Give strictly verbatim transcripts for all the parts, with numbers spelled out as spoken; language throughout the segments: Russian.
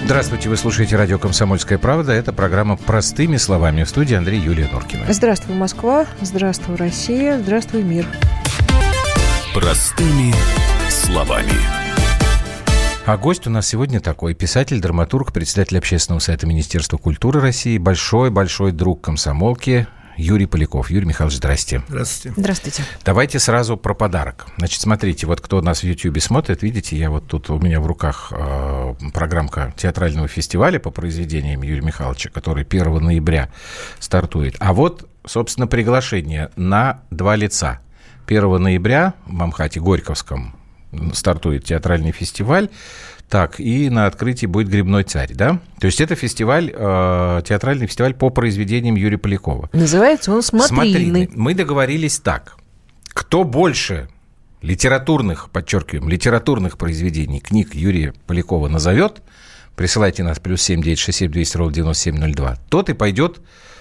Здравствуйте, вы слушаете радио «Комсомольская правда». Это программа «Простыми словами». В студии Андрей, Юлия Норкина. Здравствуй, Москва. Здравствуй, Россия. Здравствуй, мир. Простыми словами. А гость у нас сегодня такой. Писатель, драматург, председатель общественного совета Министерства культуры России, большой-большой друг комсомолки Юрий Поляков. Юрий Михайлович, здрасте. Здравствуйте. Здравствуйте. Давайте сразу про подарок. Значит, смотрите, вот кто нас в Ютьюбе смотрит, видите, я вот тут, у меня в руках э, программка театрального фестиваля по произведениям Юрия Михайловича, который первого ноября стартует. А вот, собственно, приглашение на два лица. первого ноября в Мамхате Горьковском стартует театральный фестиваль. Так, и на открытии будет «Грибной царь», да? То есть это фестиваль, э, театральный фестиваль по произведениям Юрия Полякова. Называется он «Смотрины». Смотрины. Мы договорились так. Кто больше литературных, подчеркиваем, литературных произведений, книг Юрия Полякова назовет, присылайте нас плюс семь девять шесть семь двести ровно девяносто семь ноль два, тот и пойдет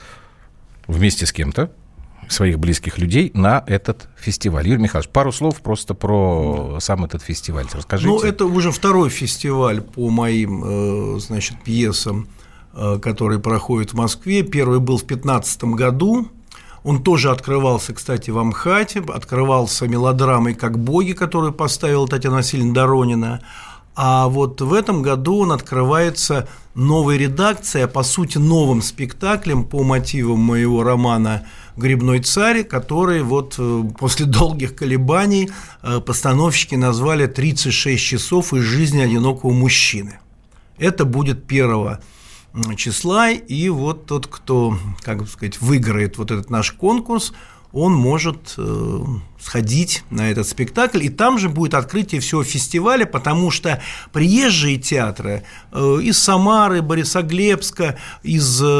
вместе с кем-то, своих близких людей, на этот фестиваль. Юрий Михайлович, пару слов просто про сам этот фестиваль. Расскажите. Ну, это уже второй фестиваль по моим, значит, пьесам, который проходит в Москве. Первый был в две тысячи пятнадцатом году. Он тоже открывался, кстати, в Амхате, открывался мелодрамой «Как боги», которую поставила Татьяна Васильевна Доронина. А вот в этом году он открывается новой редакцией, а по сути новым спектаклем по мотивам моего романа «Грибной царь», который вот после долгих колебаний постановщики назвали «тридцать шесть часов из жизни одинокого мужчины». Это будет первого числа, и вот тот, кто, как сказать, выиграет вот этот наш конкурс, он может э, сходить на этот спектакль, и там же будет открытие всего фестиваля, потому что приезжие театры э, из Самары, Борисоглебска, из, э,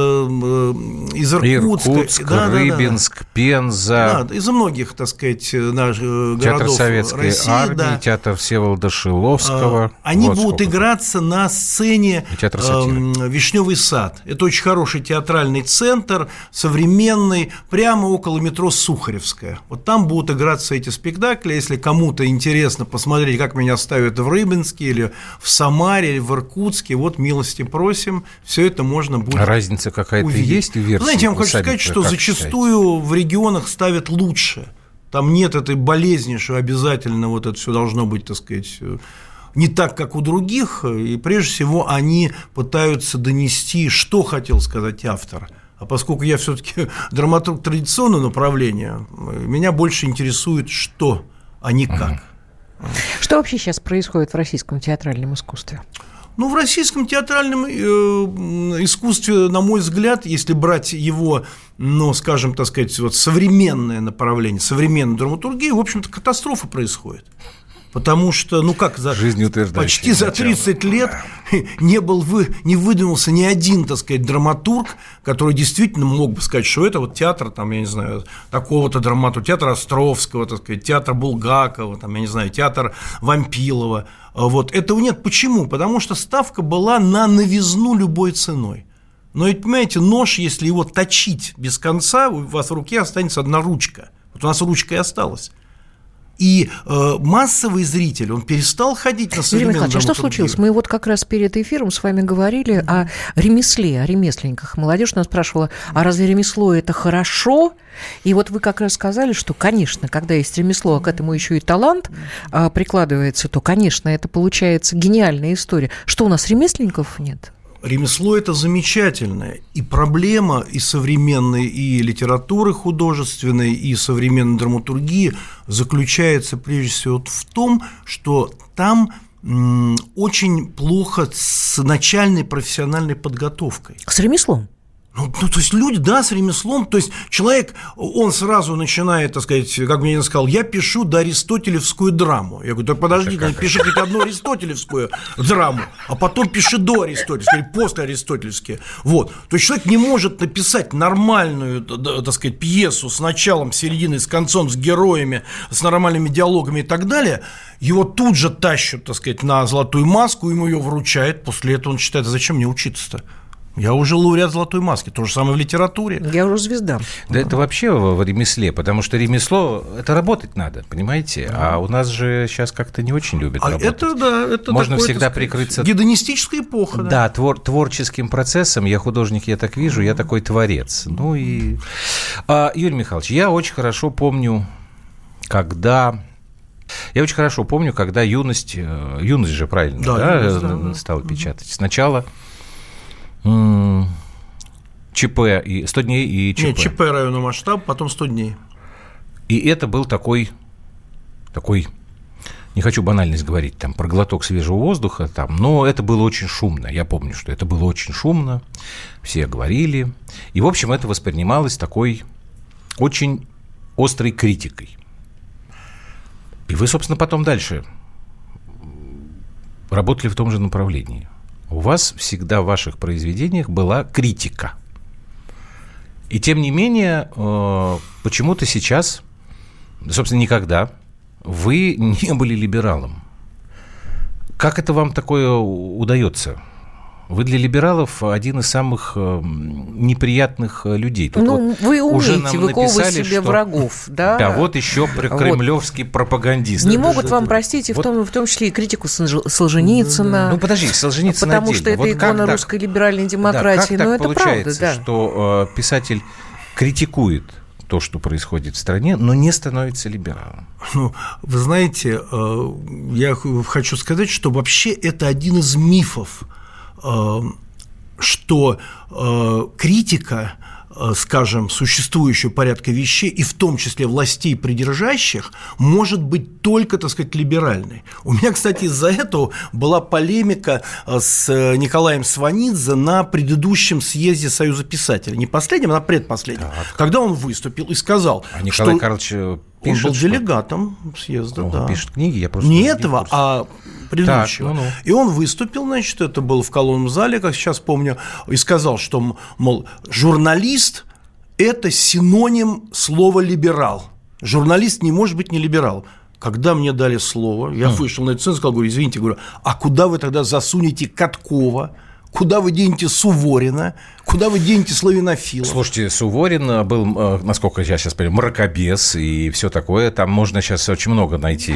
из Иркутска, Иркутск, да, Рыбинск, да, да. Пенза, да, из многих, так сказать, наших городов театр Советской России, армии, да. театр Всеволода Шиловского. Они вот будут сколько. играться на сцене э, «Вишневый сад». Это очень хороший театральный центр, современный, прямо около метро Сухаревская. Вот там будут играться эти спектакли. Если кому-то интересно посмотреть, как меня ставят в Рыбинске или в Самаре, или в Иркутске, вот милости просим, все это можно будет увидеть. Разница какая-то есть в версии? Знаете, я вам хочу сказать, что зачастую считаете? В регионах ставят лучше. Там нет этой болезни, что обязательно вот это все должно быть, так сказать, не так, как у других. И прежде всего они пытаются донести, что хотел сказать автор. А поскольку я все-таки драматург традиционного направления, меня больше интересует что, а не как. Что вообще сейчас происходит в российском театральном искусстве? Ну, в российском театральном искусстве, на мой взгляд, если брать его, ну, скажем, так сказать, вот современное направление, современную драматургию, в общем-то, катастрофа происходит. Потому что, ну как, за, почти за тридцать лет не, был вы, не выдвинулся ни один, так сказать, драматург, который действительно мог бы сказать, что это вот театр, там, я не знаю, такого-то драматурга, театр Островского, так сказать, театр Булгакова, там, я не знаю, театр Вампилова. Вот. Этого нет. Почему? Потому что ставка была на новизну любой ценой. Но ведь, понимаете, нож, если его точить без конца, у вас в руке останется одна ручка. Вот у нас ручка и осталась. И э, массовый зритель, он перестал ходить на современную драматургию. А что случилось? Мы вот как раз перед эфиром с вами говорили mm-hmm. о ремесле, о ремесленниках. Молодежь нас спрашивала, а разве ремесло – это хорошо? И вот вы как раз сказали, что, конечно, когда есть ремесло, а к этому еще и талант а, прикладывается, то, конечно, это получается гениальная история. Что, у нас ремесленников нет? Ремесло – это замечательное, и проблема и современной и литературы художественной, и современной драматургии заключается прежде всего в том, что там м, очень плохо с начальной профессиональной подготовкой. С ремеслом? Ну, ну, то есть люди, да, с ремеслом, то есть человек, он сразу начинает, так сказать, как мне сказал, я пишу доаристотелевскую драму. Я говорю, да подожди, да, пиши хоть одну аристотелевскую драму, а потом пиши доаристотельскую или послеаристотельские. Вот. То есть человек не может написать нормальную, так сказать, пьесу с началом, серединой, с концом, с героями, с нормальными диалогами и так далее. Его тут же тащат, так сказать, на золотую маску, ему ее вручают, после этого он считает, а зачем мне учиться-то? Я уже лауреат «Золотой маски», то же самое в литературе. Я уже звезда. Да это вообще в ремесле, потому что ремесло, это работать надо, понимаете? А у нас же сейчас как-то не очень любят а работать. Это, да, это можно такое, всегда так сказать, прикрыться... гедонистическая эпоха. Да, да твор- творческим процессом. Я художник, я так вижу, я такой творец. Ну и... А, Юрий Михайлович, я очень хорошо помню, когда... Я очень хорошо помню, когда юность... Юность же, правильно, да, да, юность, да, стала да. печатать. Сначала... ЧП и сто дней и ЧП. Нет, ЧП районный масштаб, потом сто дней. И это был такой, такой, не хочу банальность говорить, там, про глоток свежего воздуха, там, но это было очень шумно. Я помню, что это было очень шумно, все говорили. И, в общем, это воспринималось такой очень острой критикой. И вы, собственно, потом дальше работали в том же направлении. У вас всегда в ваших произведениях была критика. И тем не менее, почему-то сейчас, собственно, никогда вы не были либералом. Как это вам такое удается? Вы для либералов один из самых неприятных людей. Тут ну, вот вы уже умеете выковывать себе что... врагов, да? Да, вот еще кремлевский вот. пропагандист. Не могут вам простить, и вот. в, том, в том числе и критику Солженицына. Ну, подожди, Солженицына потому отдельно. что это вот икона русской либеральной демократии. Да, как но так это получается, правда, да. что э, писатель критикует то, что происходит в стране, но не становится либералом? Ну, вы знаете, э, я хочу сказать, что вообще это один из мифов, что э, критика, э, скажем, существующего порядка вещей, и в том числе властей придержащих, может быть только, так сказать, либеральной. У меня, кстати, из-за этого была полемика с Николаем Сванидзе на предыдущем съезде Союза писателей. Не последнем, а предпоследнем. Так. Когда он выступил и сказал, а Николай что... Карлович пишет, он был что? делегатом съезда, он да. пишет книги, я просто не не этого, не а предыдущего. Так, ну-ну. И он выступил, значит, это было в колонном зале, как сейчас помню, и сказал, что, мол, журналист – это синоним слова «либерал». Журналист не может быть не либерал. Когда мне дали слово, я mm. вышел на эту сцену и сказал, говорю, извините, говорю, а куда вы тогда засунете Каткова? Куда вы денете Суворина? Куда вы денете славянофила? Слушайте, Суворин был, насколько я сейчас понимаю, мракобес и все такое. Там можно сейчас очень много найти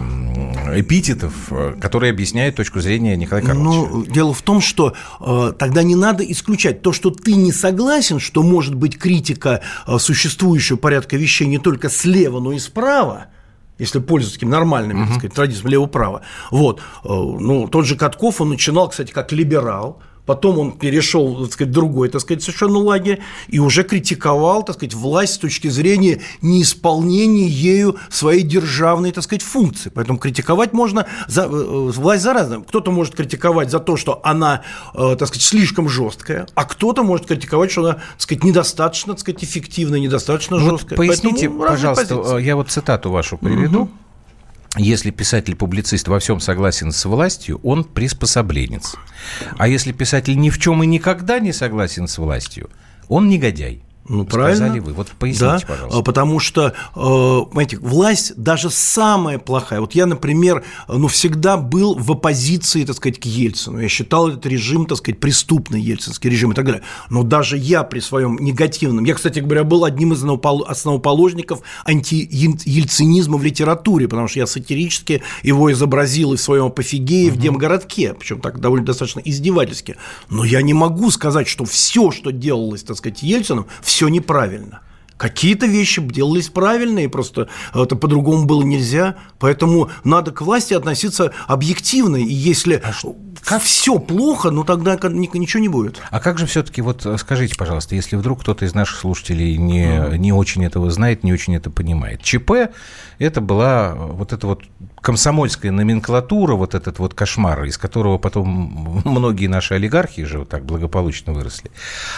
эпитетов, которые объясняют точку зрения Николая Карловича. Ну, дело в том, что э, тогда не надо исключать то, что ты не согласен, что может быть критика э, существующего порядка вещей не только слева, но и справа. Если пользоваться такими нормальными, uh-huh. так сказать, традициями лево-право. Вот. Ну, тот же Катков, он начинал, кстати, как либерал, потом он перешел, так сказать, в другой, так сказать, совершенно лагерь и уже критиковал, так сказать, власть с точки зрения неисполнения ею своей державной, так сказать, функции. Поэтому критиковать можно за, власть за разное. Кто-то может критиковать за то, что она, так сказать, слишком жесткая, а кто-то может критиковать, что она, так сказать, недостаточно, так сказать, эффективная, недостаточно вот жесткая. Поясните, Поэтому пожалуйста, позиции. Я вот цитату вашу приведу. Угу. Если писатель-публицист во всем согласен с властью, он приспособленец. А если писатель ни в чем и никогда не согласен с властью, он негодяй. Ну, правильно. Вы. Вот поясните, да, пожалуйста. Потому что, понимаете, власть даже самая плохая. Вот я, например, ну, всегда был в оппозиции, так сказать, к Ельцину. Я считал этот режим, так сказать, преступный ельцинский режим и так далее. Но даже я при своем негативном... Я, кстати говоря, был одним из основоположников антиельцинизма в литературе, потому что я сатирически его изобразил и в своем апофигее угу. в Демгородке, причем так довольно достаточно издевательски. Но я не могу сказать, что все, что делалось, так сказать, Ельциным, все неправильно. Какие-то вещи делались правильно, и просто это по-другому было нельзя. Поэтому надо к власти относиться объективно. И если а все плохо, ну тогда ничего не будет. А как же все-таки, вот скажите, пожалуйста, если вдруг кто-то из наших слушателей не, mm. не очень этого знает, не очень это понимает. ЧП – это была вот эта вот комсомольская номенклатура, вот этот вот кошмар, из которого потом многие наши олигархи же вот так благополучно выросли.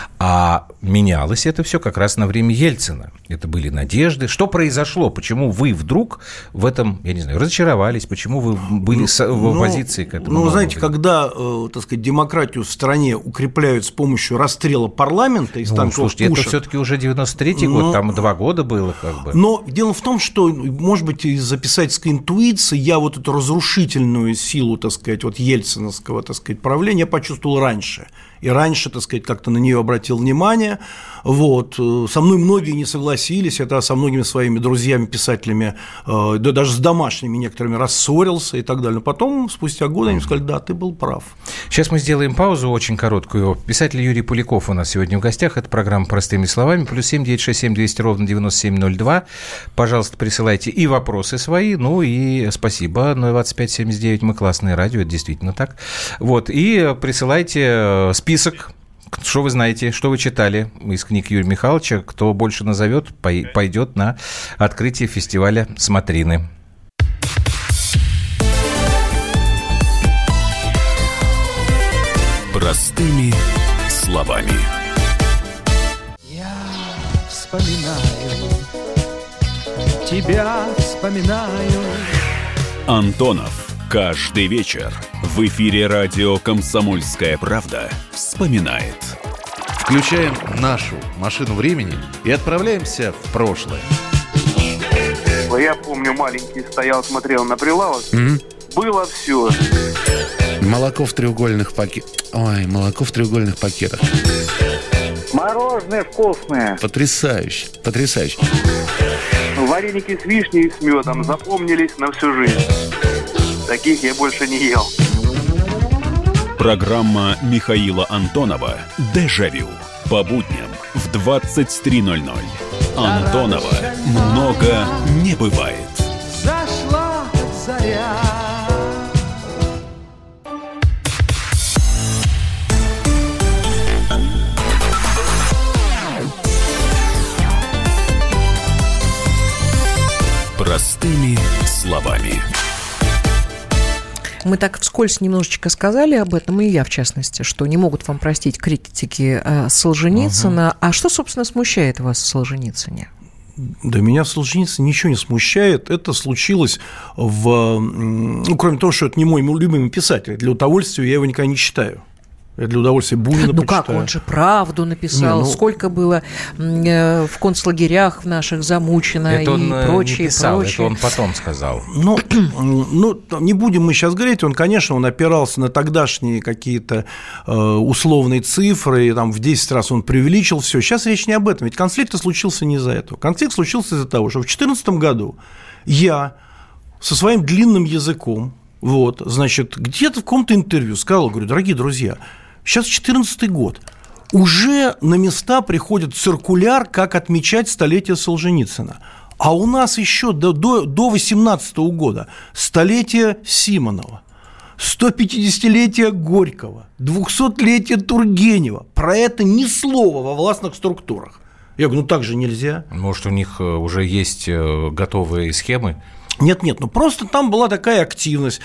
А менялось это все как раз на время Ельцина. Это были надежды. Что произошло? Почему вы вдруг в этом, я не знаю, разочаровались? Почему вы были ну, в оппозиции к этому? Ну, знаете, когда, э, так сказать, демократию в стране укрепляют с помощью расстрела парламента из ну, танков слушайте, пушек, это все-таки уже девяносто третий но, год, там два года было как бы. Но дело в том, что, может быть, из-за писательской интуиции я вот эту разрушительную силу, так сказать, вот ельциновского, так сказать, правления почувствовал раньше. и раньше, так сказать, как-то на нее обратил внимание. Вот. Со мной многие не согласились, это со многими своими друзьями, писателями, да даже с домашними некоторыми рассорился и так далее. Но потом, спустя годы, они сказали, да, ты был прав. Сейчас мы сделаем паузу очень короткую. Писатель Юрий Поляков у нас сегодня в гостях. Это программа «Простыми словами». Плюс семь девятьсот шестьдесят семь двести ровно девяносто семь ноль два. Пожалуйста, присылайте и вопросы свои. Ну и спасибо. ноль двадцать пять семьдесят девять. Мы классное радио, это действительно так. Вот. И присылайте список. Что вы знаете, что вы читали из книг Юрия Михайловича? Кто больше назовет, пойдет на открытие фестиваля «Смотрины». Простыми словами. Я вспоминаю, тебя вспоминаю. Антонов. Каждый вечер в эфире радио «Комсомольская правда» вспоминает. Включаем нашу машину времени и отправляемся в прошлое. Я помню, маленький стоял, смотрел на прилавок. Mm-hmm. Было все. Молоко в треугольных пакетах. Ой, молоко в треугольных пакетах. Мороженое вкусное. Потрясающе, потрясающе. Вареники с вишней и с медом запомнились на всю жизнь. Таких я больше не ел. Программа Михаила Антонова «Дежавю». По будням в двадцать три ноль ноль. Антонова много не бывает. Зашла заря. Простыми словами. Мы так вскользь немножечко сказали об этом, и я, в частности, что не могут вам простить критики э, Солженицына. Угу. А что, собственно, смущает вас в Солженицыне? Да меня в Солженицыне ничего не смущает. Это случилось в... Ну, кроме того, что это не мой любимый писатель. Для удовольствия я его никогда не читаю. Я для удовольствия Бунина Ну почитаю. как, он же правду написал, не, ну... сколько было э, в концлагерях в наших замучено это и он прочее, не писал, прочее. Это он потом сказал. Ну, ну, не будем мы сейчас говорить, он, конечно, он опирался на тогдашние какие-то э, условные цифры, и, там, в десять раз он преувеличил все. Сейчас речь не об этом, ведь конфликт случился не из-за этого. Конфликт случился из-за того, что в две тысячи четырнадцатом году я со своим длинным языком, вот, значит, где-то в каком-то интервью сказал, говорю, дорогие друзья, сейчас четырнадцатый год, уже на места приходит циркуляр, как отмечать столетие Солженицына. А у нас еще до, до, до восемнадцатого года столетие Симонова, сто пятидесятилетие Горького, двухсотлетие Тургенева. Про это ни слова во властных структурах. Я говорю, ну так же нельзя. Может, у них уже есть готовые схемы? Нет, нет, ну просто там была такая активность.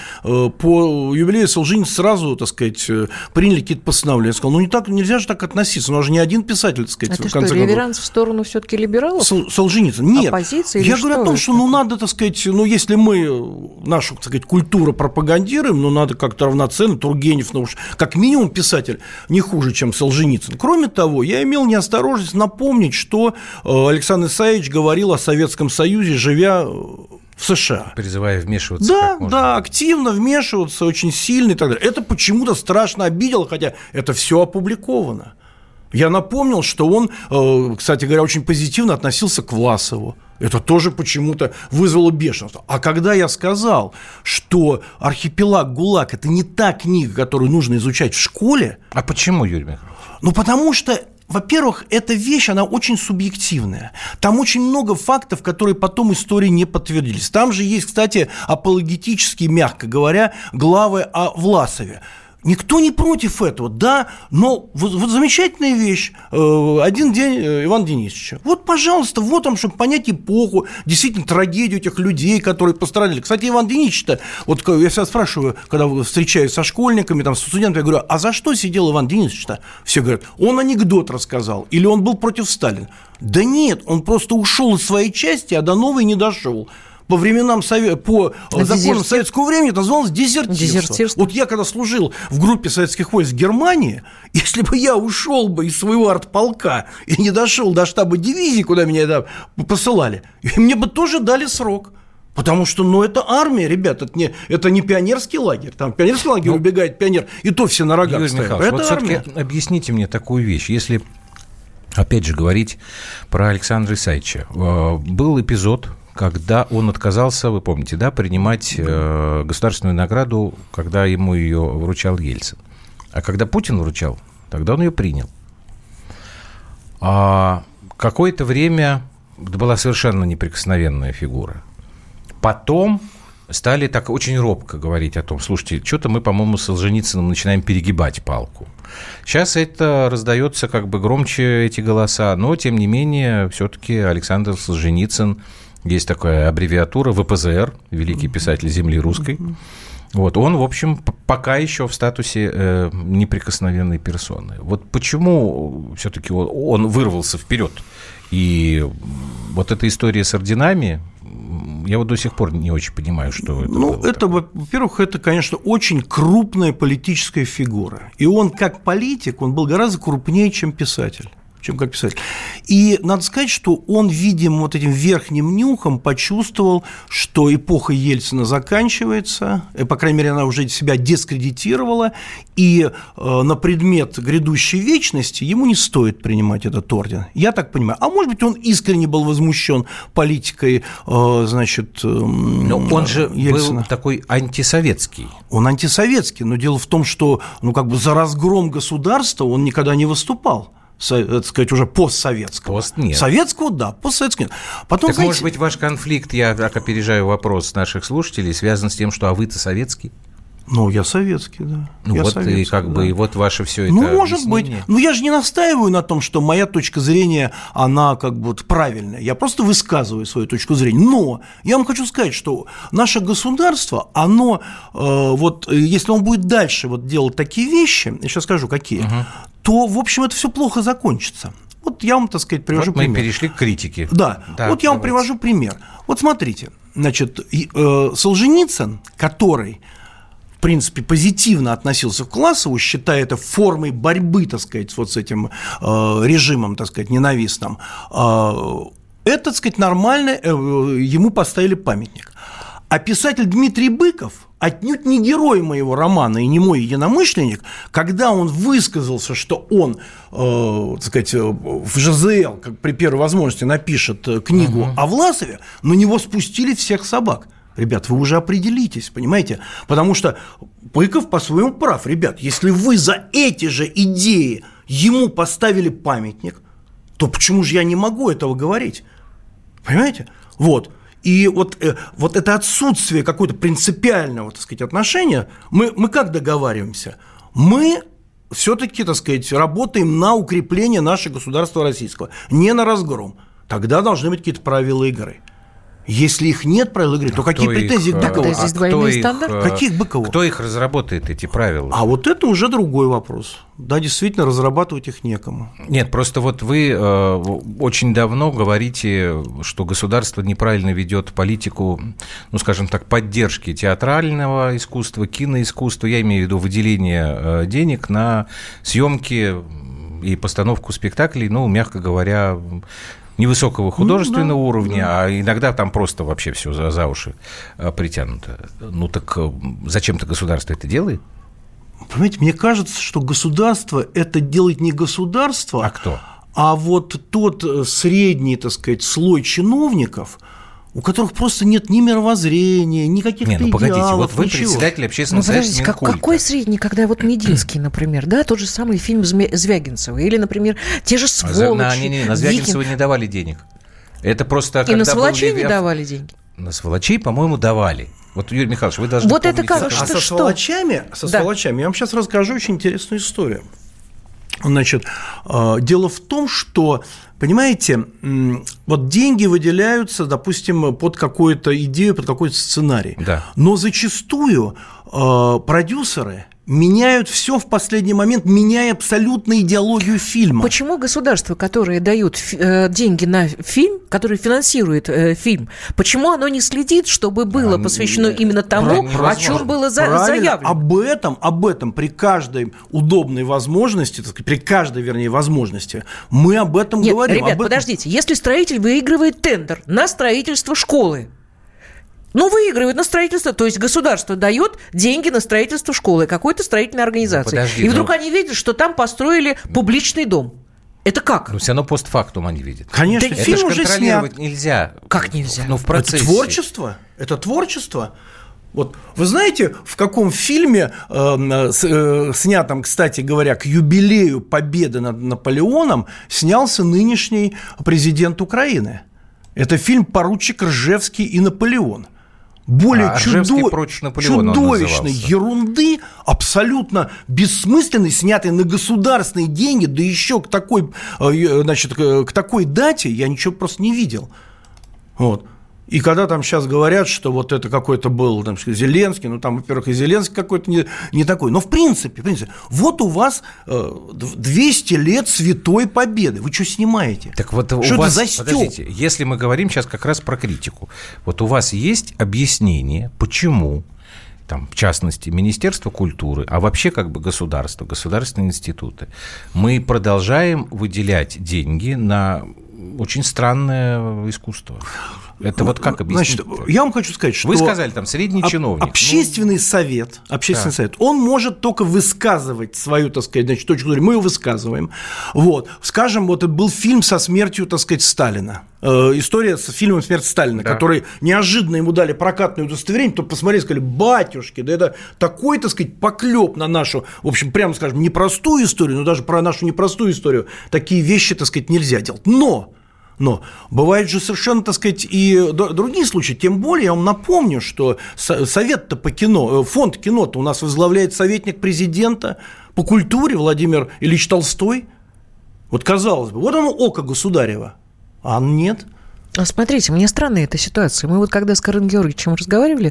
По юбилею Солженицына сразу, так сказать, приняли какие-то постановления. Я сказал, ну не так, нельзя же так относиться, ну же не один писатель, так сказать, а в конце что, реверанс в сторону все-таки либералов? Сол, Солженицын. Нет, оппозиция я или говорю что о том, это? что ну надо, так сказать, ну если мы нашу, так сказать, культуру пропагандируем, ну надо как-то равноценно, Тургенев, ну уж как минимум писатель не хуже, чем Солженицын. Кроме того, я имел неосторожность напомнить, что Александр Исаевич говорил о Советском Союзе, живя в США. Призывая вмешиваться. Да, да, активно вмешиваться, очень сильно и так далее. Это почему-то страшно обидело, хотя это все опубликовано. Я напомнил, что он, кстати говоря, очень позитивно относился к Власову. Это тоже почему-то вызвало бешенство. А когда я сказал, что «Архипелаг ГУЛАГ» – это не та книга, которую нужно изучать в школе… А почему, Юрий Михайлович? Ну, потому что… Во-первых, эта вещь, она очень субъективная. Там очень много фактов, которые потом истории не подтвердились. Там же есть, кстати, апологетические, мягко говоря, главы о Власове. Никто не против этого, да, но вот, вот замечательная вещь. Один день Ивана Денисовича. Вот, пожалуйста, вот там, чтобы понять эпоху, действительно трагедию этих людей, которые пострадали. Кстати, Иван Денисович-то, вот я всегда спрашиваю, когда встречаюсь со школьниками, там, со студентами, я говорю, а за что сидел Иван Денисович-то? Все говорят, он анекдот рассказал, или он был против Сталина. Да нет, он просто ушел из своей части, а до новой не дошел. По временам, по а законам советского времени это называлось дезертирство. дезертирство. Вот я когда служил в группе советских войск в Германии, если бы я ушел бы из своего артполка и не дошел до штаба дивизии, куда меня посылали, мне бы тоже дали срок. Потому что, ну, это армия, ребят, это не, это не пионерский лагерь. Там пионерский лагерь, ну, убегает пионер, и то все на рогах Юрий стоят. Михайлович, Это вот армия. все-таки объясните мне такую вещь. Если, опять же, говорить про Александра Исаевича. Был эпизод, когда он отказался, вы помните, да, принимать э, государственную награду, когда ему ее вручал Ельцин. А когда Путин вручал, тогда он ее принял. А какое-то время это была совершенно неприкосновенная фигура. Потом стали так очень робко говорить о том, слушайте, что-то мы, по-моему, с Солженицыным начинаем перегибать палку. Сейчас это раздается как бы громче, эти голоса, но, тем не менее, все-таки Александр Солженицын, есть такая аббревиатура вэ пэ зэ эр, великий писатель земли русской. Вот, он, в общем, пока еще в статусе э, неприкосновенной персоны. Вот почему все-таки он, он вырвался вперед? И вот эта история с орденами, я вот до сих пор не очень понимаю, что это Ну, было это, такое. во-первых, это, конечно, очень крупная политическая фигура. И он, как политик, он был гораздо крупнее, чем писатель. чем как писатель. И надо сказать, что он, видимо, вот этим верхним нюхом почувствовал, что эпоха Ельцина заканчивается, и, по крайней мере, она уже себя дискредитировала, и э, на предмет грядущей вечности ему не стоит принимать этот орден. Я так понимаю. А может быть, он искренне был возмущен политикой, э, значит, э, но он же Ельцина. Был такой антисоветский. Он антисоветский, но дело в том, что, ну, как бы за разгром государства он никогда не выступал. Так сказать, уже постсоветского. Пост нет. Советского, да, постсоветского нет. Потом, так, знаете, может быть, ваш конфликт, я так опережаю вопрос наших слушателей, связан с тем, что а вы-то советский? Ну, я советский, да. Ну, я вот советский, и как да. бы, и вот ваше все это Ну, может объяснение. быть. Ну, я же не настаиваю на том, что моя точка зрения, она как бы вот правильная. Я просто высказываю свою точку зрения. Но я вам хочу сказать, что наше государство, оно, э, вот, если он будет дальше вот делать такие вещи, я сейчас скажу, какие, угу. то, в общем, это все плохо закончится. Вот я вам, так сказать, привожу вот мы пример. перешли к критике. Да, да вот я вам давайте. привожу пример. Вот смотрите, значит, э, Солженицын, который... в принципе, позитивно относился к Власову, считая это формой борьбы, так сказать, вот с этим э, режимом, так сказать, ненавистным, э, это, так сказать, нормально, э, ему поставили памятник. А писатель Дмитрий Быков, отнюдь не герой моего романа и не мой единомышленник, когда он высказался, что он, э, так сказать, в жэ зэ эл, как при первой возможности, напишет книгу uh-huh. о Власове, на него спустили всех собак. Ребят, вы уже определитесь, понимаете? Потому что Быков по-своему прав. Ребят, если вы за эти же идеи ему поставили памятник, то почему же я не могу этого говорить? Понимаете? Вот. И вот, э, вот это отсутствие какого-то принципиального, так сказать, отношения, мы, мы как договариваемся? Мы все-таки, так сказать, работаем на укрепление нашего государства российского, не на разгром. Тогда должны быть какие-то правила игры. Если их нет правил игры, то а какие претензии к Быкову? А здесь двойные стандарты? Каких Быкову? Кто их разработает, эти правила? А вот это уже другой вопрос. Да, действительно, разрабатывать их некому. Нет, просто вот вы э, очень давно говорите, что государство неправильно ведет политику, ну, скажем так, поддержки театрального искусства, киноискусства, я имею в виду выделение э, денег на съемки и постановку спектаклей, ну, мягко говоря, невысокого художественного ну, да, уровня, да. а иногда там просто вообще все за, за уши притянуто. Ну так зачем-то государство это делает? Понимаете, мне кажется, что государство это делает не государство, а кто? А вот тот средний, так сказать, слой чиновников, у которых просто нет ни мировоззрения, ни каких-то идеалов, Не, ну погодите, вот вы ничего. председатель общественного ну, совета Минкульта. Как, какой средний, когда вот Мединский, например, да, тот же самый фильм Звягинцева, или, например, те же «Сволочи». На, не, не, на Звягинцева не давали денег. Это просто... И на «Сволочей» не давали деньги? На «Сволочей», по-моему, давали. Вот, Юрий Михайлович, вы должны вот это как, А что, со что? «Сволочами», со да. «Сволочами» я вам сейчас расскажу очень интересную историю. Значит, дело в том, что, понимаете, вот деньги выделяются, допустим, под какую-то идею, под какой-то сценарий. Да. Но зачастую продюсеры меняют все в последний момент, меняя абсолютно идеологию фильма. Почему государство, которое дает э, деньги на фильм, которое финансирует э, фильм, почему оно не следит, чтобы было а, посвящено не, именно тому, о чем было за, заявлено? Об этом, об этом при каждой удобной возможности, так сказать, при каждой, вернее, возможности, мы об этом Нет, говорим. Ребят, об этом... подождите, если строитель выигрывает тендер на строительство школы, Ну, выигрывают на строительство, то есть государство дает деньги на строительство школы, какой-то строительной организации. Ну, подожди, и вдруг ну... они видят, что там построили публичный дом. Это как? Ну, все равно постфактум они видят. Конечно, это фильм же уже контролировать снят. Нельзя. Как нельзя? Ну, в процессе. Это творчество. Это творчество. Вот вы знаете, в каком фильме, э, с, э, снятом, кстати говоря, к юбилею победы над Наполеоном, снялся нынешний президент Украины? Это фильм «Поручик Ржевский и Наполеон». Более а, чудо... чудовищной ерунды, абсолютно бессмысленной, снятой на государственные деньги, да еще к такой, значит, к такой дате я ничего просто не видел. Вот. И когда там сейчас говорят, что вот это какой-то был там, Зеленский, ну там, во-первых, и Зеленский какой-то не, не такой, но в принципе, в принципе, вот у вас двести лет святой победы, вы что снимаете? Так вот что у вас, за стёб? Подождите, если мы говорим сейчас как раз про критику, вот у вас есть объяснение, почему, там, в частности, Министерство культуры, а вообще как бы государство, государственные институты, мы продолжаем выделять деньги на очень странное искусство? Это вот как объяснить? Значит, я вам хочу сказать, что... Вы сказали, там, средний чиновник. Общественный ну... совет, общественный да. совет, он может только высказывать свою, так сказать, значит, точку зрения. Мы его высказываем. Вот. Скажем, вот это был фильм со смертью, так сказать, Сталина. Э, история с фильмом «Смерть Сталина», да. который неожиданно ему дали прокатное удостоверение, то посмотрели, сказали, батюшки, да это такой, так сказать, поклеп на нашу, в общем, прямо скажем, непростую историю, но даже про нашу непростую историю такие вещи, так сказать, нельзя делать. Но... Но бывают же совершенно, так сказать, и другие случаи. Тем более, я вам напомню, что совет-то по кино, фонд кино-то у нас возглавляет советник президента по культуре Владимир Ильич Толстой. Вот, казалось бы, вот оно око государева, а нет. Смотрите, мне странная эта ситуация. Мы вот когда с Карен Георгиевичем разговаривали...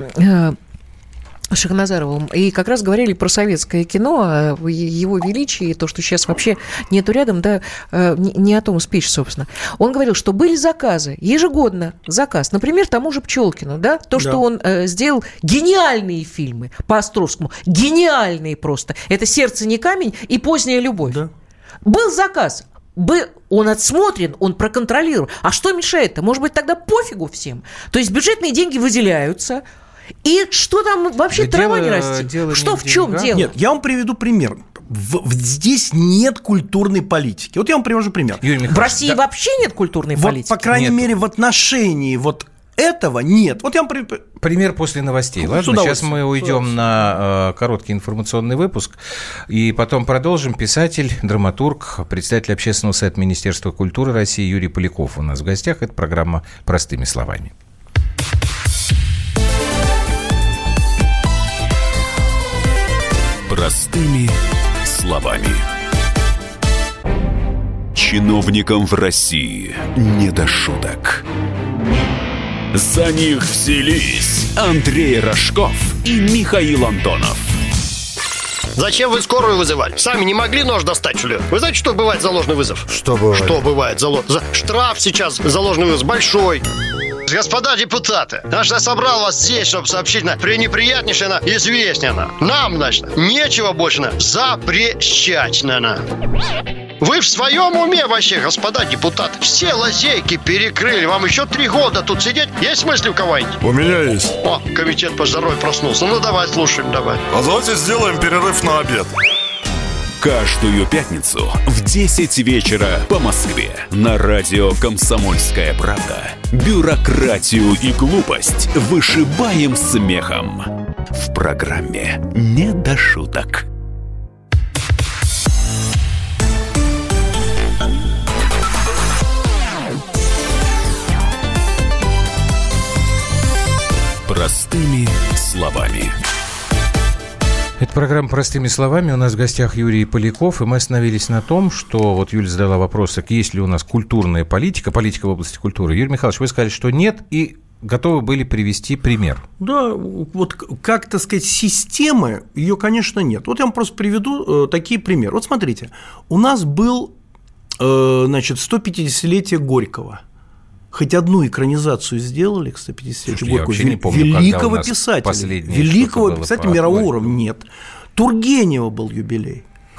Шахназаровым, и как раз говорили про советское кино, его величие, то, что сейчас вообще нету рядом, да, не о том спич, собственно. Он говорил, что были заказы, ежегодно заказ, например, тому же Пчелкину, да, то, что да. он э, сделал гениальные фильмы по Островскому, гениальные просто, это «Сердце не камень» и «Поздняя любовь». Да. Был заказ, он отсмотрен, он проконтролирован. А что мешает-то? Может быть, тогда пофигу всем? То есть бюджетные деньги выделяются. И что там вообще да трава дело, не растет? Что в чем дело? Нет, я вам приведу пример. В, в, здесь нет культурной политики. Вот я вам привожу пример. В России да. вообще нет культурной вот, политики? По крайней нет. мере, в отношении вот этого нет. Вот я вам... Пример после новостей. Ладно, сейчас мы уйдем на э, короткий информационный выпуск и потом продолжим. Писатель, драматург, председатель общественного совета Министерства культуры России Юрий Поляков у нас в гостях. Это программа «Простыми словами». Простыми словами. Чиновникам в России не до шуток. За них взялись Андрей Рожков и Михаил Антонов. Зачем вы скорую вызывали? Сами не могли нож достать, что ли? Вы знаете, что бывает за ложный вызов? Что бывает? Что бывает за, за... Штраф сейчас за ложный вызов большой. Господа депутаты, значит, я собрал вас здесь, чтобы сообщить на пренеприятнейшее на известнее на. Нам, значит, нечего больше на запрещать на. на. Вы в своем уме вообще, господа депутаты? Все лазейки перекрыли. Вам еще три года тут сидеть? Есть мысли у кого-нибудь? У меня есть. О, комитет по здоровью проснулся. Ну, давай, слушаем, давай. А давайте сделаем перерыв на обед. Каждую пятницу в десять вечера по Москве на радио «Комсомольская правда». Бюрократию и глупость вышибаем смехом. В программе «Не до шуток». Простыми словами. Это программа «Простыми словами». У нас в гостях Юрий Поляков, и мы остановились на том, что вот Юля задала вопрос, есть ли у нас культурная политика, политика в области культуры. Юрий Михайлович, вы сказали, что нет, и готовы были привести пример. Да, вот как, так сказать, системы, ее, конечно, нет. Вот я вам просто приведу э, такие примеры. Вот смотрите, у нас был, э, значит, сто пятидесятилетие Горького. Хоть одну экранизацию сделали к сто пятидесятилетию Горького, я не помню, великого писателя, великого писателя мирового уровня нет. Тургенева был юбилей.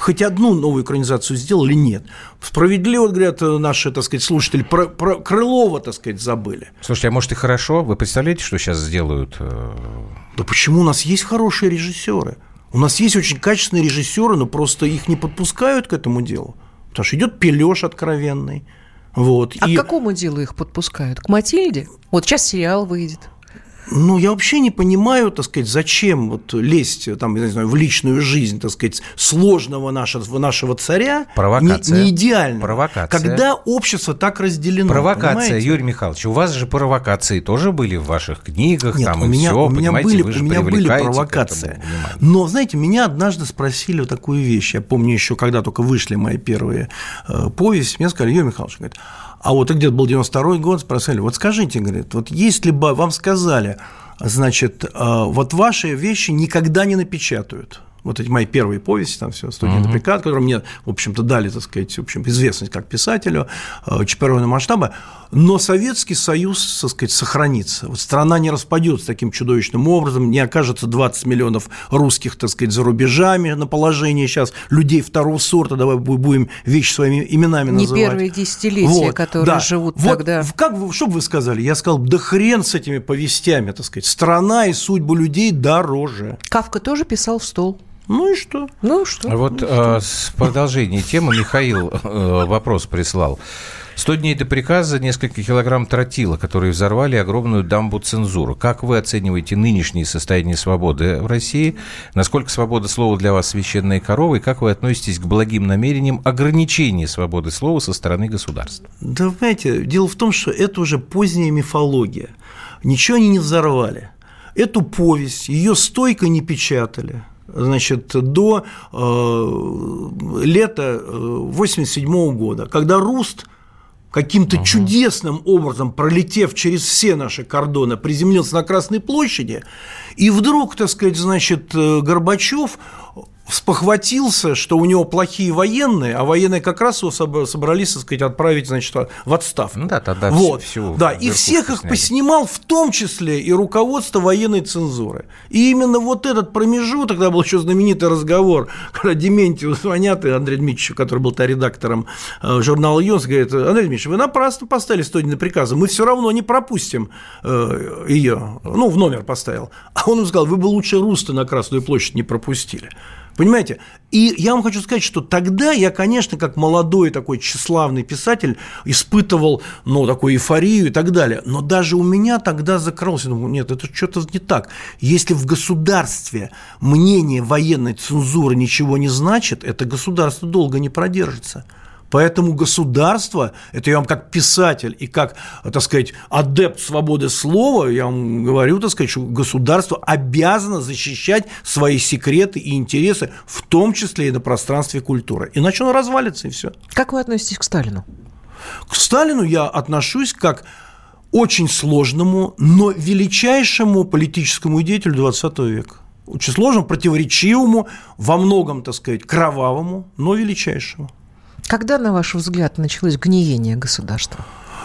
хоть одну новую экранизацию сделал или нет? Справедливо, говорят наши, так сказать, слушатели, про, про Крылова, так сказать, забыли. Слушайте, а может и хорошо? Вы представляете, что сейчас сделают? Да почему? У нас есть хорошие режиссеры. У нас есть очень качественные режиссеры, но просто их не подпускают к этому делу. Потому что идет пелёж откровенный. Вот. А и... к какому делу их подпускают? К «Матильде»? Вот сейчас сериал выйдет. Ну, я вообще не понимаю, так сказать, зачем вот лезть там, я не знаю, в личную жизнь, так сказать, сложного нашего, нашего царя, провокация. Не, не идеального. Провокация. Когда общество так разделено. Провокация, понимаете? Юрий Михайлович, у вас же провокации тоже были в ваших книгах, Нет, там у и меня, все, у меня понимаете, были, вы же у меня были провокации. Но, знаете, меня однажды спросили вот такую вещь, я помню еще, когда только вышли мои первые э, повести, мне сказали: Юрий Михайлович, говорит, а вот где-то был девяносто второй год, спросили, вот скажите, говорит, вот если бы вам сказали, значит, вот ваши вещи никогда не напечатают. Вот эти мои первые повести, там все, «Студенты приказ», которые мне, в общем-то, дали, так сказать, в общем, известность как писателю, чемпионного масштаба, но Советский Союз, так сказать, сохранится. Вот страна не распадется таким чудовищным образом, не окажется двадцать миллионов русских, так сказать, за рубежами на положении сейчас людей второго сорта, давай будем вещи своими именами не называть. Не первые десятилетия, вот, которые да. живут вот, тогда. Как вы, что бы вы сказали? Я сказал, да хрен с этими повестями, так сказать, страна и судьбу людей дороже. Кафка тоже писал в стол. Ну и что? Ну и что? Вот ну, э, с продолжения темы Михаил э, вопрос прислал. сто дней до приказа, несколько килограмм тротила, которые взорвали огромную дамбу цензуры. Как вы оцениваете нынешнее состояние свободы в России? Насколько свобода слова для вас священная корова? И как вы относитесь к благим намерениям ограничения свободы слова со стороны государства? Да, понимаете, дело в том, что это уже поздняя мифология. Ничего они не взорвали. Эту повесть, ее стойко не печатали. Значит, до э, лета восемьдесят седьмого года, когда Руст каким-то uh-huh. чудесным образом, пролетев через все наши кордоны, приземлился на Красной площади, и вдруг, так сказать, значит, Горбачев спохватился, что у него плохие военные, а военные как раз его собрались, так сказать, отправить, значит, в отставку. Ну да, тогда вот. всю да, и всех их сняли. Поснимал, в том числе и руководство военной цензуры. И именно вот этот промежуток, тогда был еще знаменитый разговор, когда Дементьеву звонят, и Андрей Дмитриевич, который был редактором журнала «Юнс», говорит: Андрей Дмитриевич, вы напрасно поставили сто дней приказа, мы все равно не пропустим ее. Ну, в номер поставил. А он ему сказал: вы бы лучше Руста на Красную площадь не пропустили. Понимаете? И я вам хочу сказать, что тогда я, конечно, как молодой такой тщеславный писатель испытывал, ну, такую эйфорию и так далее. Но даже у меня тогда закралось, я думаю, нет, это что-то не так. Если в государстве мнение военной цензуры ничего не значит, это государство долго не продержится. Поэтому государство, это я вам как писатель и как, так сказать, адепт свободы слова, я вам говорю, так сказать, что государство обязано защищать свои секреты и интересы, в том числе и на пространстве культуры. Иначе он развалится, и все. Как вы относитесь к Сталину? К Сталину я отношусь как очень сложному, но величайшему политическому деятелю двадцатого века. Очень сложному, противоречивому, во многом, так сказать, кровавому, но величайшему. Когда, на ваш взгляд, началось гниение государства?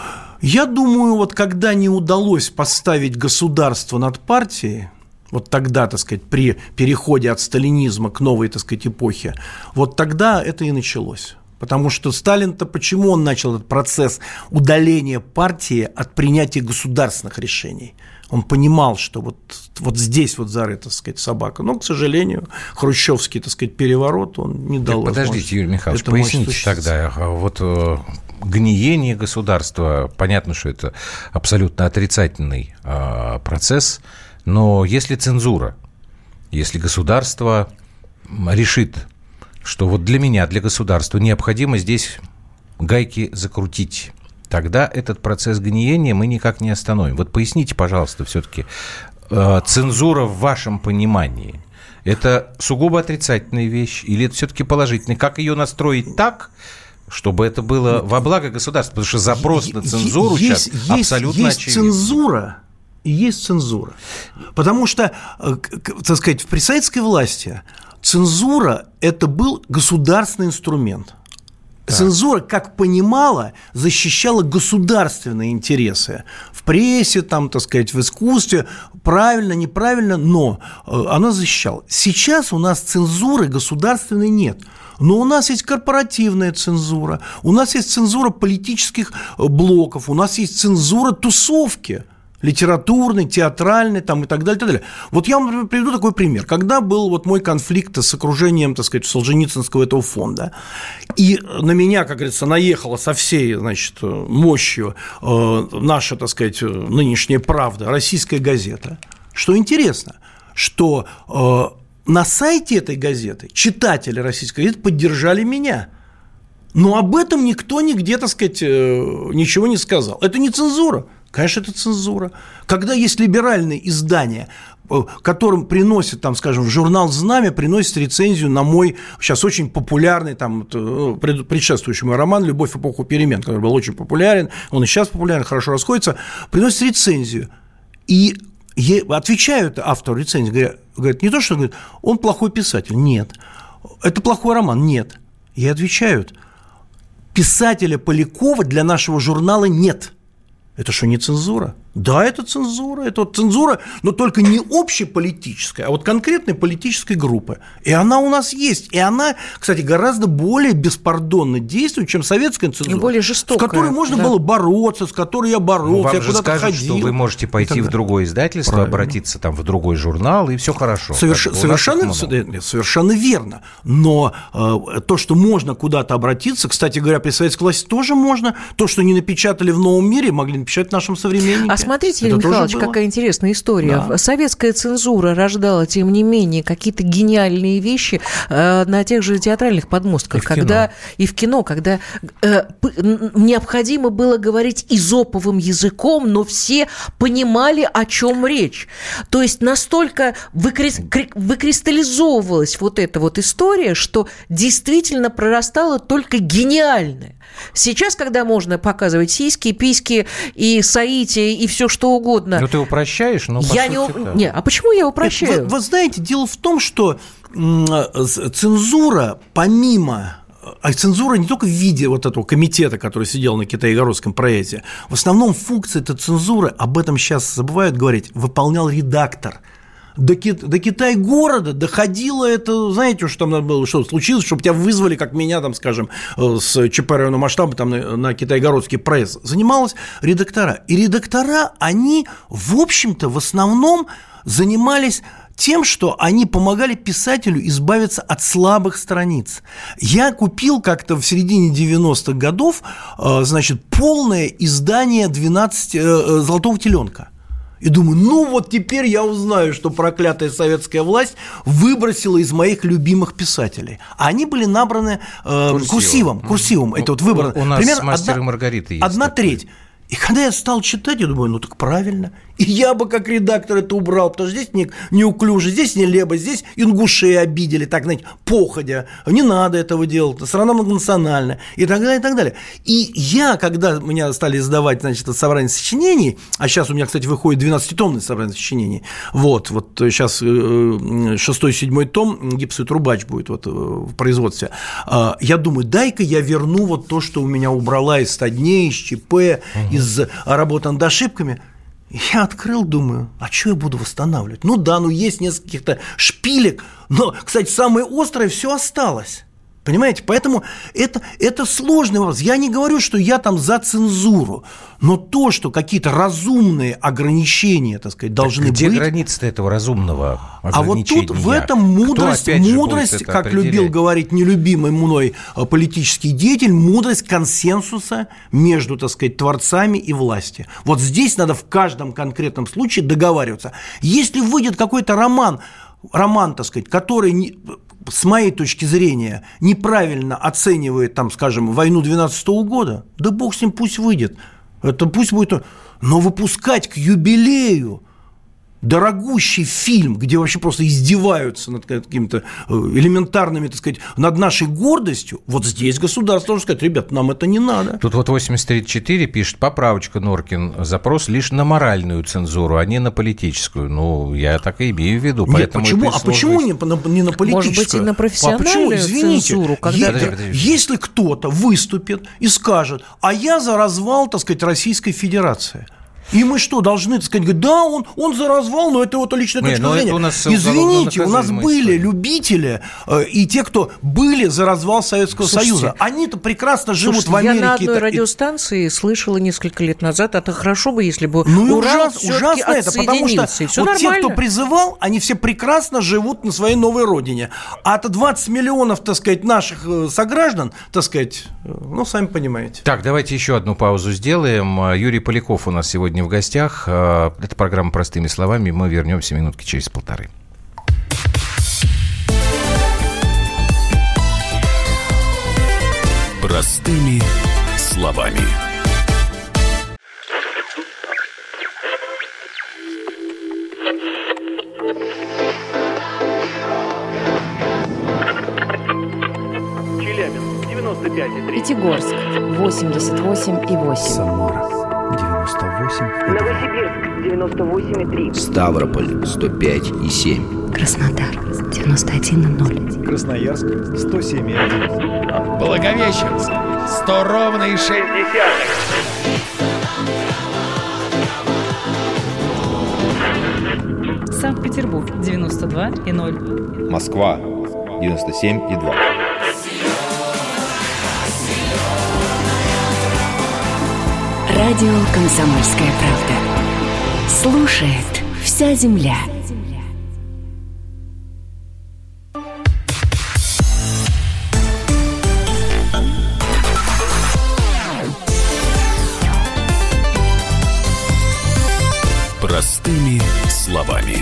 Я думаю, вот когда не удалось поставить государство над партией, вот тогда, так сказать, при переходе от сталинизма к новой, так сказать, эпохе, вот тогда это и началось. Потому что Сталин-то, почему он начал этот процесс удаления партии от принятия государственных решений? Он понимал, что вот, вот здесь вот зарыта, так сказать, собака. Но, к сожалению, хрущевский, так сказать, переворот, он не дал возможности. Подождите, Юрий Михайлович, поясните тогда. Вот э, гниение государства, понятно, что это абсолютно отрицательный э, процесс, но если цензура, если государство решит, что вот для меня, для государства необходимо здесь гайки закрутить, тогда этот процесс гниения мы никак не остановим. Вот поясните, пожалуйста, все-таки, э, цензура в вашем понимании – это сугубо отрицательная вещь или это все-таки положительная? Как ее настроить так, чтобы это было во благо государства? Потому что запрос на цензуру есть, сейчас есть, абсолютно есть очевиден. Есть цензура и есть цензура. Потому что, так сказать, при советской власти цензура – это был государственный инструмент. Цензура, как понимала, защищала государственные интересы в прессе, там, так сказать, в искусстве, правильно, неправильно, но она защищала. Сейчас у нас цензуры государственной нет. Но у нас есть корпоративная цензура, у нас есть цензура политических блоков, у нас есть цензура тусовки. Литературный, театральный там, и так далее, и так далее. Вот я вам приведу такой пример. Когда был вот мой конфликт с окружением, так сказать, Солженицынского этого фонда, и на меня, как говорится, наехала со всей, значит, мощью э, наша, так сказать, нынешняя «Правда», российская газета, что интересно, что э, на сайте этой газеты читатели российской газеты поддержали меня. Но об этом никто нигде, так сказать, э, ничего не сказал. Это не цензура. Конечно, это цензура. Когда есть либеральные издания, которым приносят, там, скажем, в журнал «Знамя» приносят рецензию на мой сейчас очень популярный, там, предшествующий мой роман «Любовь в эпоху перемен», который был очень популярен, он и сейчас популярен, хорошо расходится, приносят рецензию. И отвечают автору рецензии, говорят, говорят, не то, что говорят, он плохой писатель, нет. Это плохой роман, нет. И отвечают, писателя Полякова для нашего журнала нет. Это что, не цензура? Да, это цензура. Это вот цензура, но только не общеполитическая, а вот конкретной политической группы. И она у нас есть. И она, кстати, гораздо более беспардонно действует, чем советская цензура. И более жестокая. С которой можно да. было бороться, с которой я боролся, ну, вам я же куда-то скажут, ходил. что вы можете пойти в другое издательство, Правильно. обратиться там в другой журнал, и все хорошо. Соверш... Совершенно, совершенно верно. Но э, то, что можно куда-то обратиться, кстати говоря, при советской власти тоже можно. То, что не напечатали в «Новом мире», могли напечатать в нашем «Современнике». А смотрите, Юрий Михайлович, какая интересная история. Да. Советская цензура рождала, тем не менее, какие-то гениальные вещи э, на тех же театральных подмостках. И когда, и в кино, когда э, необходимо было говорить изоповым языком, но все понимали, о чем речь. То есть настолько выкри- выкристаллизовывалась вот эта вот история, что действительно прорастало только гениальное. Сейчас, когда можно показывать сиськи, письки и соития, и все что угодно. Ну, ты упрощаешь, но по я не... Да. не, а почему я упрощаю? Вы, вы знаете, дело в том, что цензура, помимо... А цензура не только в виде вот этого комитета, который сидел на Китайгородском проекте, в основном функция этой цензуры, об этом сейчас забывают говорить, выполнял редактор. До, до Китай-города доходило это, знаете, что там надо было, что случилось, чтобы тебя вызвали, как меня, там, скажем, с ЧП районного масштаба там, на, на Китай-городский пресс. Занималась редактора. И редактора, они, в общем-то, в основном занимались тем, что они помогали писателю избавиться от слабых страниц. Я купил как-то в середине девяностых годов, значит, полное издание двенадцати «Золотого теленка». И думаю, ну вот теперь я узнаю, что проклятая советская власть выбросила из моих любимых писателей. А они были набраны э, курсивом. курсивом. Курсивом. Ну, это вот выбрано. У нас примерно «Мастер одна, и Маргарита» есть. Одна такой. треть. И когда я стал читать, я думаю, ну так правильно. И я бы как редактор это убрал, потому что здесь не, неуклюже, здесь нелепо, здесь ингушей обидели, так, знаете, походя. Не надо этого делать, страна многонациональная и так далее, и так далее. И я, когда меня стали издавать, значит, это собрание сочинений, а сейчас у меня, кстати, выходит двенадцатитомное собрание сочинений, вот, вот сейчас шестой-седьмой том «Гипс и трубач» будет вот в производстве, я думаю, дай-ка я верну вот то, что у меня убрала из ста дней, из ЧП, угу. из работы над ошибками. Я открыл, думаю, а что я буду восстанавливать? Ну да, ну есть несколько шпилек, но, кстати, самое острое все осталось. Понимаете? Поэтому это, это сложный вопрос. Я не говорю, что я там за цензуру, но то, что какие-то разумные ограничения, так сказать, должны так где быть... Где граница этого разумного ограничения? А вот тут в этом мудрость, Кто, мудрость как любил говорить нелюбимый мной политический деятель, мудрость консенсуса между, так сказать, творцами и властью. Вот здесь надо в каждом конкретном случае договариваться. Если выйдет какой-то роман, роман, так сказать, который... с моей точки зрения, неправильно оценивает, там, скажем, войну двенадцатого года, да бог с ним, пусть выйдет. Это пусть будет... Но выпускать к юбилею дорогущий фильм, где вообще просто издеваются над какими-то элементарными, так сказать, над нашей гордостью, вот здесь государство должно сказать: ребят, нам это не надо. Тут вот восемьдесят тридцать четыре пишет: поправочка, Норкин, запрос лишь на моральную цензуру, а не на политическую. Ну, я так и имею в виду. Нет, почему? А почему не, не на политическую? Может быть, и на профессиональную а Извините, цензуру? Когда е- подожди, подожди. Если кто-то выступит и скажет: а я за развал, так сказать, Российской Федерации. И мы что, должны, так сказать, говорить: да, он, он за развал, но это вот личная Не, точка зрения. У нас Извините, у нас были история. любители э, и те, кто были за развал Советского Слушайте, Союза. Они-то прекрасно живут Слушайте, в Америке. я на одной и, радиостанции слышала несколько лет назад: это хорошо бы, если бы ну, Урал ужас, ужасно это, потому что вот те, кто призывал, они все прекрасно живут на своей новой родине. А это двадцать миллионов, так сказать, наших сограждан, так сказать, ну, сами понимаете. Так, давайте еще одну паузу сделаем. Юрий Поляков у нас сегодня в гостях. Это программа «Простыми словами». Мы вернемся минутки через полторы. Простыми словами. Челябинск, девяносто пять и три. Пятигорск, восемьдесят восемь и восемь. Самара, девяносто восемь и два. Новосибирск, девяносто восемь и три. Ставрополь, сто пять и семь. Краснодар, девяносто один и ноль. Красноярск, сто семь и один. Благовещенск, сто ровно и шесть десятых. Санкт-Петербург, девяносто два и ноль. Москва, девяносто семь и два. Радио «Комсомольская правда». Слушает вся земля. Простыми словами.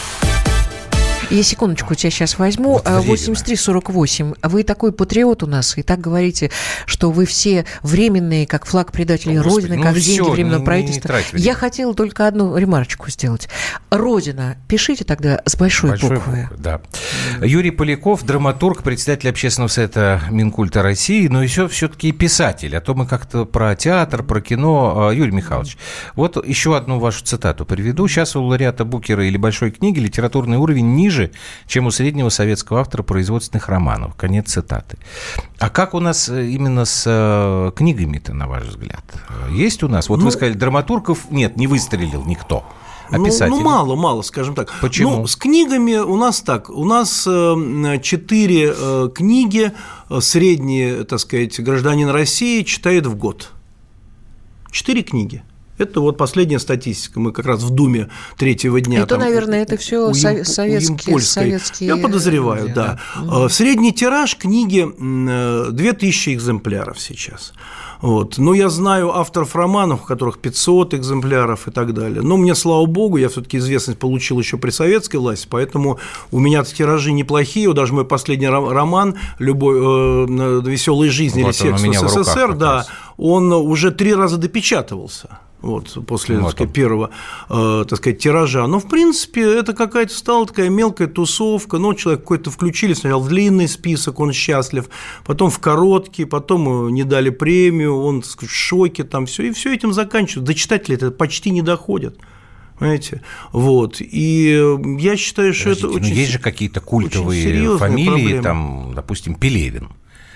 Я секундочку тебя сейчас возьму. Вот восемьдесят три сорок восемь. Вы такой патриот у нас, и так говорите, что вы все временные, как флаг предателей Господи, Родины, ну как все, деньги временного не, правительства. не трать время. Я хотела только одну ремарочку сделать. Родина. Пишите тогда с большой, Большой буквы. буквы, да. Юрий Поляков, драматург, председатель общественного совета Минкульта России, но еще все-таки и писатель. А то мы как-то про театр, про кино. Юрий Михайлович, вот еще одну вашу цитату приведу. Сейчас у лауреата Букера или Большой книги литературный уровень ниже, чем у среднего советского автора производственных романов. Конец цитаты. А как у нас именно с книгами-то, на ваш взгляд? Есть у нас? Вот ну, вы сказали, драматургов нет, не выстрелил никто. А ну, писатели? Ну, мало, мало, скажем так. Почему? Ну, с книгами у нас так. У нас э, четыре э, книги средний, так сказать, гражданин России читает в год. Четыре книги. Это вот последняя статистика. Мы как раз в Думе третьего дня. Это, там, наверное, это все у, советские, у советские... Я подозреваю, люди, да. да. Средний тираж книги две тысячи экземпляров сейчас. Вот. Но я знаю авторов романов, у которых пятьсот экземпляров и так далее. Но мне, слава богу, я все-таки известность получил еще при советской власти, поэтому у меня тиражи неплохие. Вот даже мой последний роман «Любовь, э, «Веселая жизнь» вот или «Секс в СССР», да, он уже три раза допечатывался. Вот, после вот так сказать, первого э, так сказать, тиража. Но, в принципе, это какая-то стала такая мелкая тусовка. Ну, человек какой-то включили, сначала в длинный список, он счастлив, потом в короткий, потом не дали премию, он в шоке, там все, и все этим заканчивается. До читателей это почти не доходит. Понимаете? Вот. И я считаю, что Подождите, это очень... Но есть же какие-то культовые фамилии, проблема. Там, допустим, Пелевин.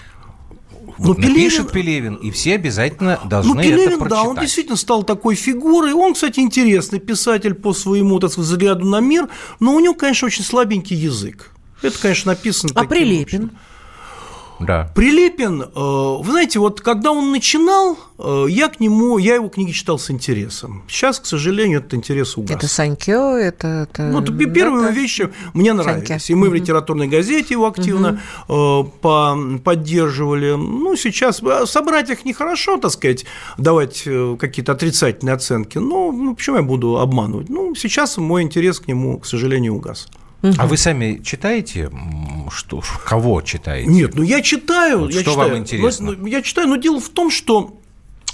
Вот ну, напишет Пелевин, и все обязательно должны ну, Пелевин, это прочитать. Да, он действительно стал такой фигурой. Он, кстати, интересный писатель по своему, так сказать, взгляду на мир, но у него, конечно, очень слабенький язык. Это, конечно, написано А таким, Прилепин? общем. Да. Прилепин, вы знаете, вот когда он начинал, я к нему, я его книги читал с интересом. Сейчас, к сожалению, этот интерес угас. Это Санькё, это... это... Ну, первые да, вещи мне нравились. Саньке. И мы угу. в литературной газете его активно угу. поддерживали. Ну, сейчас собрать их нехорошо, так сказать, давать какие-то отрицательные оценки. Ну, ну, почему я буду обманывать? Ну, сейчас мой интерес к нему, к сожалению, угас. А вы сами читаете? Что, кого читаете? Нет, ну я читаю. Вот я что читаю. вам интересно? Но, я читаю, но дело в том, что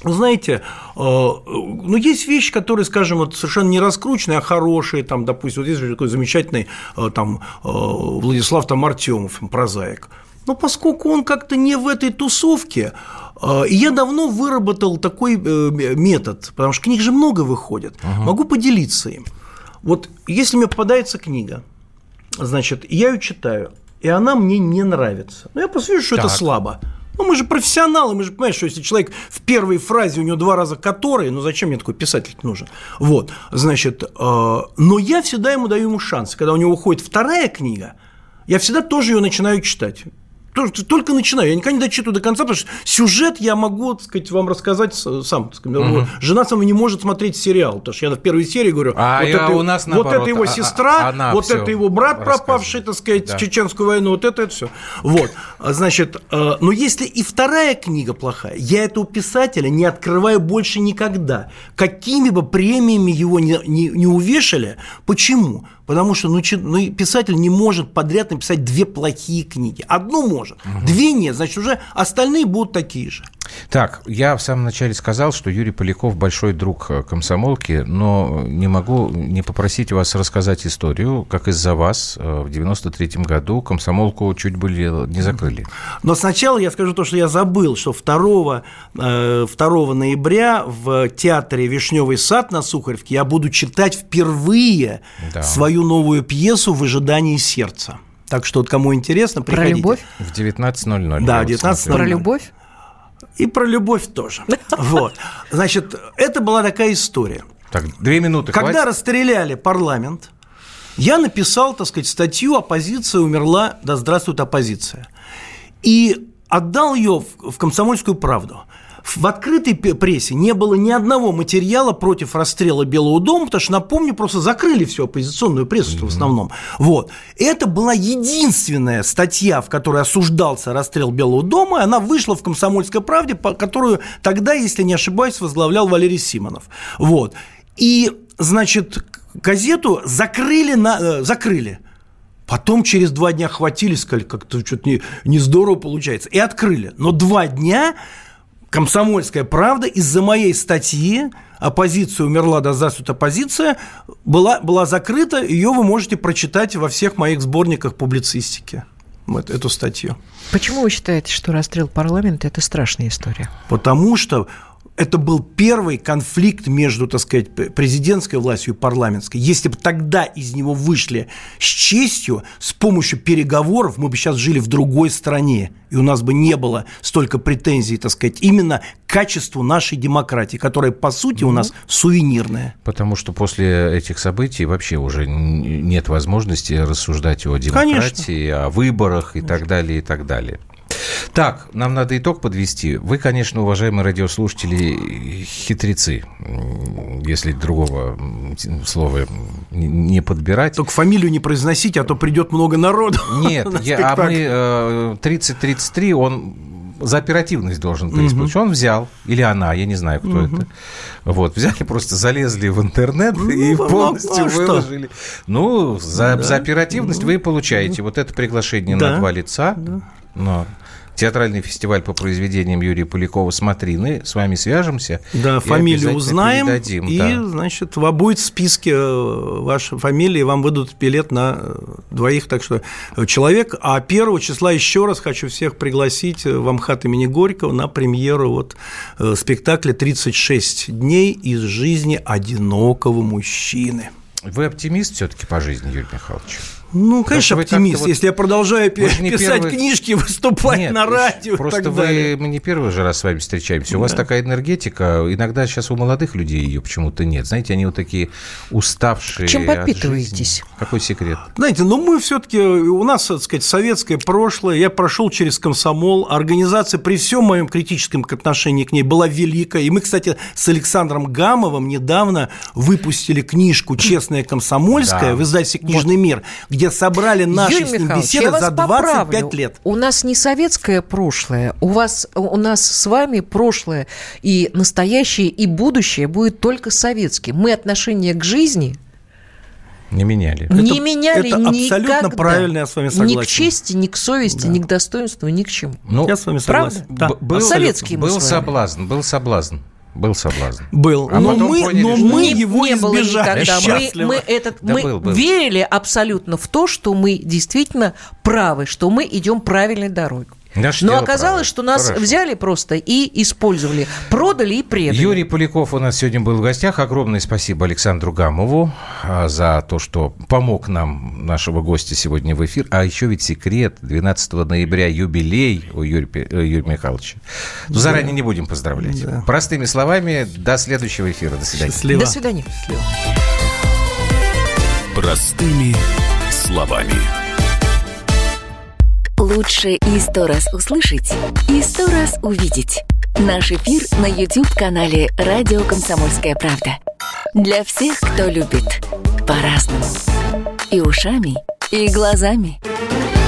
знаете, ну, есть вещи, которые, скажем, вот совершенно не раскрученные, а хорошие, там, допустим, вот есть такой замечательный там, Владислав там, Артёмов, прозаик. Но поскольку он как-то не в этой тусовке, и я давно выработал такой метод, потому что книг же много выходит, uh-huh. могу поделиться им. Вот если мне попадается книга, значит, я ее читаю, и она мне не нравится, ну, я просто вижу, что так. это слабо. Ну, мы же профессионалы, мы же понимаем, что если человек в первой фразе, у него два раза «который», ну, зачем мне такой писатель нужен? Вот, значит, э, но я всегда ему даю ему шанс. Когда у него уходит вторая книга, я всегда тоже ее начинаю читать. Только начинаю, я никогда не дочитываю до конца, потому что сюжет я могу, так сказать, вам рассказать сам. Так сказать. Угу. Жена со мной не может смотреть сериал, потому что я в первой серии говорю, а вот, это, у нас вот это его сестра, а, вот это его брат, пропавший, так сказать, да. в чеченскую войну, вот это, это все. Вот, значит, но если и вторая книга плохая, я этого писателя не открываю больше никогда. Какими бы премиями его не, не, не увешали, почему? Потому что ну, писатель не может подряд написать две плохие книги. Одну может, угу. две нет, значит, уже остальные будут такие же. Так, я в самом начале сказал, что Юрий Поляков большой друг комсомолки, но не могу не попросить вас рассказать историю, как из-за вас в девяносто третьем году комсомолку чуть были не закрыли. Но сначала я скажу то, что я забыл, что второго ноября в театре «Вишневый сад» на Сухаревке я буду читать впервые да. свою новую пьесу «В ожидании сердца». Так что, вот, кому интересно, приходите. Про любовь? В девятнадцать ноль ноль. Да, в девятнадцать ноль ноль. Про любовь? И про любовь тоже. Вот. Значит, это была такая история. Так, две минуты. Когда хватит? расстреляли парламент, я написал, так сказать, статью «Оппозиция умерла, да здравствует оппозиция». И отдал ее в «Комсомольскую правду». В открытой прессе не было ни одного материала против расстрела Белого дома, потому что, напомню, просто закрыли всю оппозиционную прессу mm-hmm. в основном. Вот. Это была единственная статья, в которой осуждался расстрел Белого дома, и она вышла в «Комсомольской правде», которую тогда, если не ошибаюсь, возглавлял Валерий Симонов. Вот. И, значит, газету закрыли, на, закрыли. Потом через два дня хватили, сказали, как-то что-то не, не здорово получается, и открыли. Но два дня... «Комсомольская правда» из-за моей статьи «Оппозиция умерла, да здравствует оппозиция» была, была закрыта, ее вы можете прочитать во всех моих сборниках публицистики, вот эту статью. Почему вы считаете, что расстрел парламента – это страшная история? Потому что это был первый конфликт между, так сказать, президентской властью и парламентской. Если бы тогда из него вышли с честью, с помощью переговоров, мы бы сейчас жили в другой стране, и у нас бы не было столько претензий, так сказать, именно к качеству нашей демократии, которая, по сути, у нас сувенирная. Потому что после этих событий вообще уже нет возможности рассуждать о демократии, Конечно. О выборах и Конечно. так далее, и так далее. Так, нам надо итог подвести. Вы, конечно, уважаемые радиослушатели, хитрецы, если другого слова не подбирать. Только фамилию не произносите, а то придет много народу. Нет, я, а мы тридцать тридцать три, он за оперативность должен приз получить. Он взял, или она, я не знаю, кто угу. это. Вот, взяли, просто залезли в интернет ну, и полностью а выложили. Что? Ну, за, да. за оперативность вы получаете вот это приглашение да. на два лица. Да. Но театральный фестиваль по произведениям Юрия Полякова «Смотрины». С вами свяжемся. Да, фамилию узнаем, передадим, и, да. значит, будет в списке вашей фамилии, вам выдадут билет на двоих, так что человек. А первого числа еще раз хочу всех пригласить в МХАТ имени Горького на премьеру вот спектакля «тридцать шесть дней из жизни одинокого мужчины». Вы оптимист все-таки по жизни, Юрий Михайлович? Ну, конечно, оптимист. Вот... Если я продолжаю писать первый... книжки, выступать Нет, на радио просто и так вы... далее. Мы не первый же раз с вами встречаемся. У да. вас такая энергетика. Иногда сейчас у молодых людей ее почему-то нет. Знаете, они вот такие уставшие. Чем подпитываетесь? Какой секрет? Знаете, ну мы все-таки... У нас, так сказать, советское прошлое. Я прошел через комсомол. Организация при всем моем критическом отношении к ней была великая. И мы, кстати, с Александром Гамовым недавно выпустили книжку «Честная комсомольская» да. в издательстве «Книжный вот. мир», где собрали наши Юрий с ним Михайлович, беседы за двадцать пять лет. У нас не советское прошлое, у вас, у нас с вами прошлое и настоящее, и будущее будет только советским. Мы отношение к жизни не меняли. Не это, меняли это никогда. абсолютно правильно, я с вами согласен. Ни к чести, ни к совести, да. ни к достоинству, ни к чему. Ну, я с вами согласен. Правда? Да. Был, советский был соблазн, был соблазн. Был соблазн. Был. А но потом мы, поняли, но что мы не, его не было избежали. никогда. Мы, мы, этот, Да мы был, был. верили абсолютно в то, что мы действительно правы, что мы идем правильной дорогой. Наше Но дело оказалось, правое. что нас Хорошо. взяли просто и использовали, продали и предали. Юрий Поляков у нас сегодня был в гостях. Огромное спасибо Александру Гамову а, за то, что помог нам, нашего гостя, сегодня в эфир. А еще ведь секрет, двенадцатого ноября юбилей у Юрия, Юрия Михайловича. Да. Заранее не будем поздравлять. Да. Простыми словами, до следующего эфира. До свидания. Счастливо. До свидания. Счастливо. Простыми словами. Лучше и сто раз услышать, и сто раз увидеть. Наш эфир на YouTube-канале «Радио Комсомольская правда». Для всех, кто любит по-разному. И ушами, и глазами.